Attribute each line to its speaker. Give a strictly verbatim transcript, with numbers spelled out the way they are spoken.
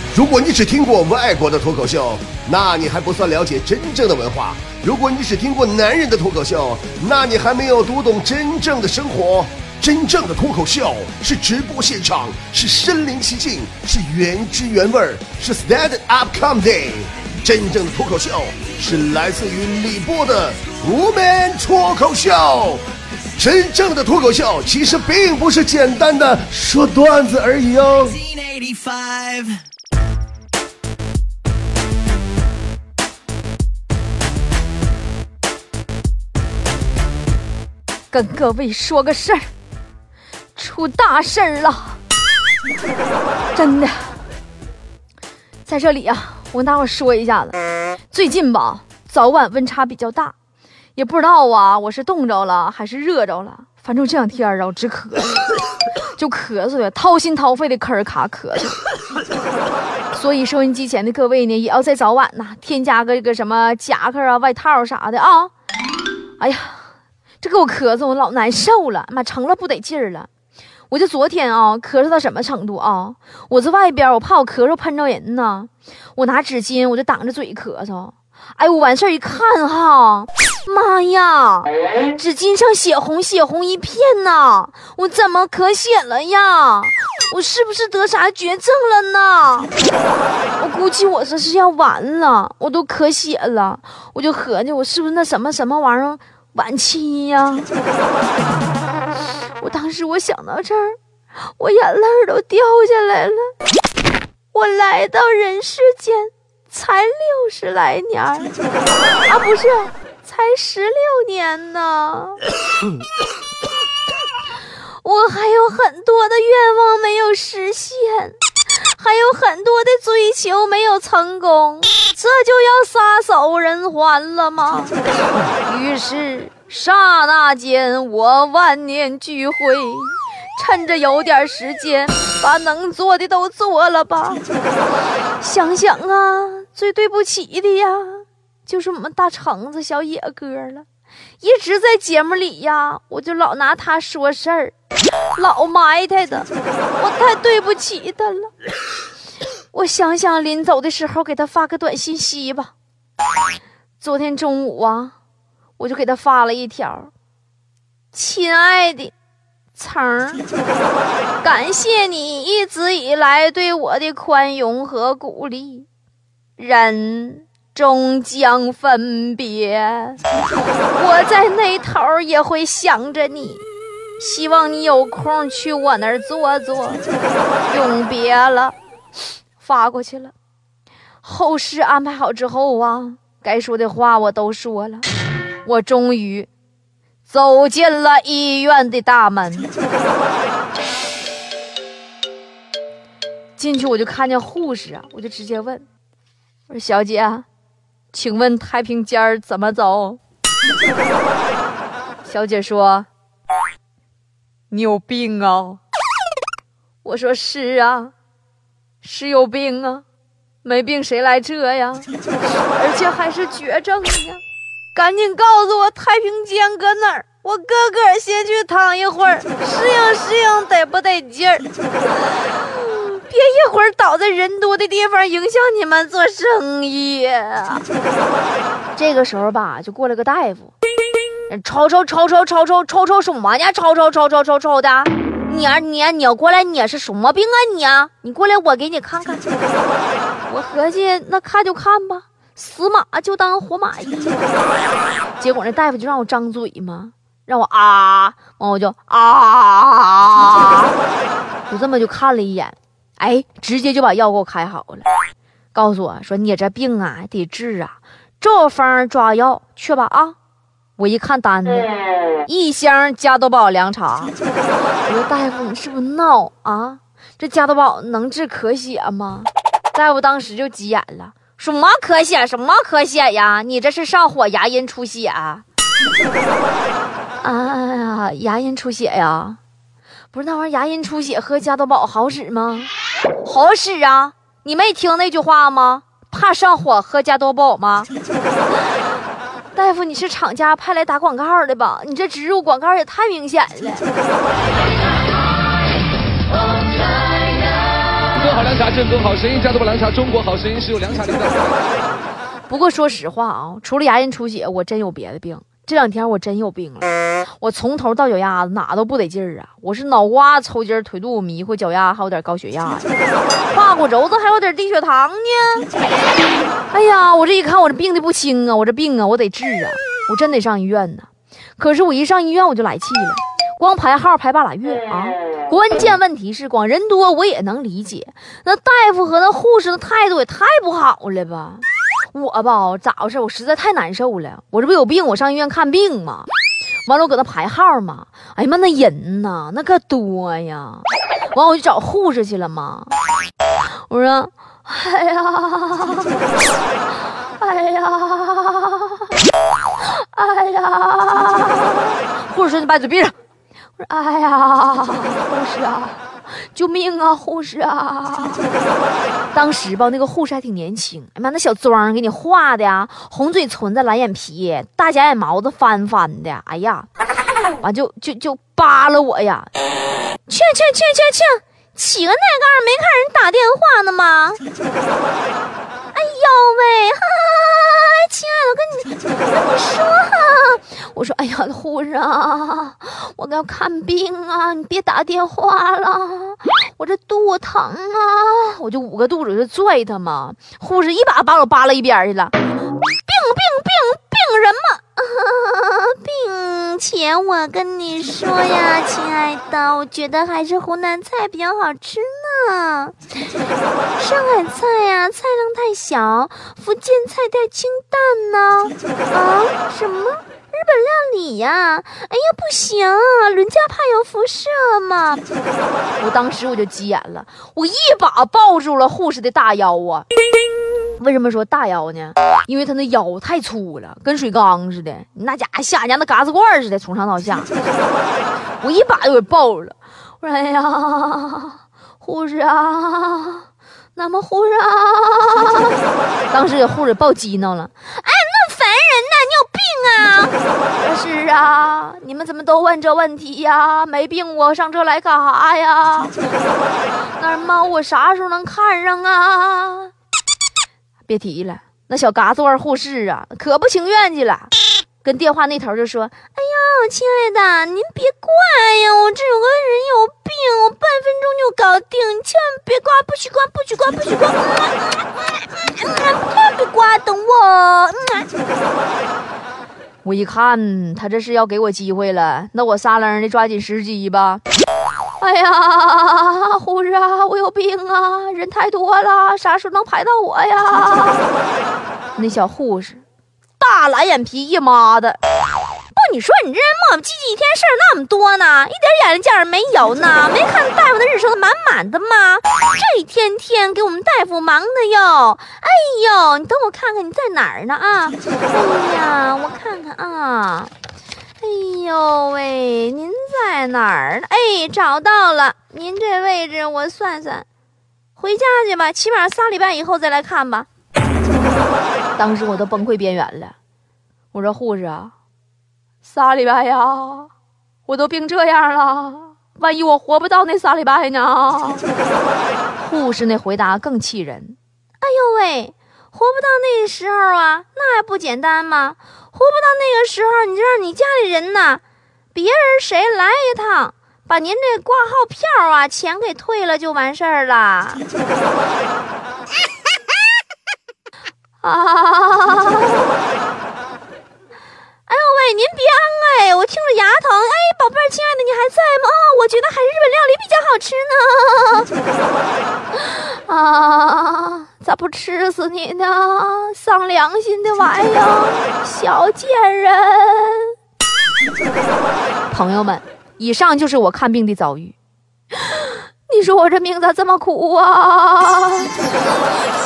Speaker 1: 如果你只听过外国的脱口秀，那你还不算了解真正的文化；如果你只听过男人的脱口秀，那你还没有读懂真正的生活。真正的脱口秀是直播现场，是身临其境，是原汁原味，是 stand up comedy。真正的脱口秀是来自于李波的无门脱口秀。真正的脱口秀其实并不是简单的说段子而已哦。
Speaker 2: 跟各位说个事儿，出大事儿了，真的。在这里啊，我跟大伙说一下子，最近吧，早晚温差比较大，也不知道啊，我是冻着了还是热着了，反正这两天啊，我直咳嗽，就咳嗽的掏心掏肺的咳卡咳嗽。所以收音机前的各位呢，也要在早晚呐添加个这个什么夹克啊、外套啥的啊。哎呀，这给我咳嗽，我老难受了，妈成了不得劲儿了。我就昨天啊，咳嗽到什么程度啊？我在外边，我怕我咳嗽喷着人呢，我拿纸巾我就挡着嘴咳嗽。哎，我完事儿一看哈，妈呀，纸巾上血红血红一片呐！我怎么咳血了呀？我是不是得啥绝症了呢？我估计我这是要完了，我都咳血了，我就合计我是不是那什么什么玩意儿晚期呀？我当时我想到这儿，我眼泪都掉下来了。我来到人世间才六十来年啊，不是，才十六年呢。我还有很多的愿望没有实现，还有很多的追求没有成功，这就要撒手人寰了吗？于是刹那间我万念俱灰，趁着有点时间把能做的都做了吧。想想啊，最对不起的呀就是我们大橙子小野哥了，一直在节目里呀我就老拿他说事儿，老埋汰的，我太对不起他了。我想想临走的时候给他发个短信息吧。昨天中午啊，我就给他发了一条：亲爱的橙，感谢你一直以来对我的宽容和鼓励，人终将分别，我在那头也会想着你，希望你有空去我那儿坐坐，永别了。发过去了。后事安排好之后啊，该说的话我都说了，我终于走进了医院的大门。进去我就看见护士啊，我就直接问，我说小姐，请问太平间怎么走？小姐说，你有病啊？我说是啊，是有病啊，没病谁来这呀？而且还是绝症呀！赶紧告诉我太平间搁哪儿，我个个先去躺一会儿，适应适应得不得劲儿。别一会儿倒在人多的地方，影响你们做生意。这个时候吧，就过来个大夫，抽抽抽抽抽抽抽抽什么呢？抽抽抽抽抽抽的，你啊你啊你要过来，你是什么病啊你啊？你过来我给你看看。我合计那看就看吧，死马就当活马医。结果那大夫就让我张嘴嘛，让我啊，完我就啊，就这么就看了一眼。哎，直接就把药给我开好了，告诉我说你这病啊得治啊，照方抓药去吧啊！我一看单子，一箱加多宝凉茶。我说大夫你是不是闹啊？这加多宝能治咳血吗？大夫当时就急眼了，什么咳血什么咳血呀？你这是上火牙龈出血啊？啊，牙龈出血呀？不是那玩意儿牙龈出血喝加多宝好使吗？好使啊！你没听那句话吗？怕上火喝加多宝吗？大夫，你是厂家派来打广告的吧？你这植入广告也太明显了。
Speaker 3: 喝好凉茶，正宗好声音，加多宝凉茶，中国好声音是由凉茶领导。
Speaker 2: 不过说实话啊，除了牙龈出血，我真有别的病。这两天我真有病了，我从头到脚丫子哪都不得劲儿啊！我是脑瓜抽筋、腿肚迷糊、脚丫还有点高血压，胯骨轴子还有点低血糖呢。哎呀，我这一看我这病的不轻啊，我这病啊我得治啊，我真得上医院呢。可是我一上医院我就来气了，光排号排半拉月啊！关键问题是光人多我也能理解，那大夫和那护士的态度也太不好了吧！我吧咋回事？我实在太难受了，我这不有病我上医院看病吗？完了我搁那排号嘛，哎呀妈那人呐那个多呀，完我就找护士去了嘛。我说哎呀哎呀哎呀，护士说你把嘴闭上。我说哎呀护士啊救命啊护士啊！当时吧那个护士还挺年轻，哎妈那小妆给你画的呀，红嘴唇子蓝眼皮，大假眼毛子翻翻的，哎呀完就就就扒拉我呀，去去去去去起个奶盖没看人打电话呢吗？哎呦喂哈亲爱的我跟你我跟你说哈，我说哎呀护士啊我要看病啊，你别打电话了，我这肚子疼啊，我就捂个肚子就拽他嘛，护士一把把我扒拉一边去了。病病病病什么、啊、并且我跟你说呀亲爱的，我觉得还是湖南菜比较好吃呢，上海菜呀、啊、菜量太小，福建菜太清淡呢。啊什么日本料理呀、啊？哎呀，不行，人家怕有辐射嘛！我当时我就急眼了，我一把抱住了护士的大腰啊！为什么说大腰呢？因为他那腰太粗了，跟水缸似的，那家伙像人家那嘎子罐似的，从上到下。我一把就给抱了。我说：“哎呀，护士啊，那么护士啊！”当时给护士抱激恼了。哎，那烦人呐！你有病啊！是啊，你们怎么都问这问题呀？没病我上这来干啥呀？那妈我啥时候能看上啊？别提了，那小嘎子腕护士啊，可不情愿去了，跟电话那头就说：“哎呀，亲爱的，您别挂呀，我这有个人有病，我半分钟就搞定，你千万别挂，不许挂，不许挂，不许挂，别挂，等我。嗯”我一看他这是要给我机会了，那我撒楞的抓紧时机吧。哎呀护士啊我有病啊，人太多了，啥时候能排到我呀？那小护士大蓝眼皮一妈的，不你说你这人磨磨唧唧一天事儿那么多呢，一点眼力劲儿没有呢，没看大夫的日程满满的吗？这一天天给我们大夫忙的哟。哎呦你等我看看你在哪儿呢啊？哎呀我看看啊，哎呦喂您在哪儿呢？哎找到了，您这位置我算算，回家去吧，起码仨礼拜以后再来看吧。当时我都崩溃边缘了，我说护士啊，仨礼拜呀，我都病这样了，万一我活不到那仨礼拜呢？护士那回答更气人，哎呦喂，活不到那个时候啊，那还不简单吗？活不到那个时候，你就让你家里人呐，别人谁来一趟，把您这挂号票啊钱给退了就完事儿了。啊！哎呦喂，您别安哎，我听着牙疼。哎，宝贝儿，亲爱的，你还在吗？哦，我觉得还是日本料理比较好吃呢。啊，咋不吃死你呢？丧良心的玩意儿，小贱人！朋友们，以上就是我看病的遭遇。你说我这命咋这么苦啊？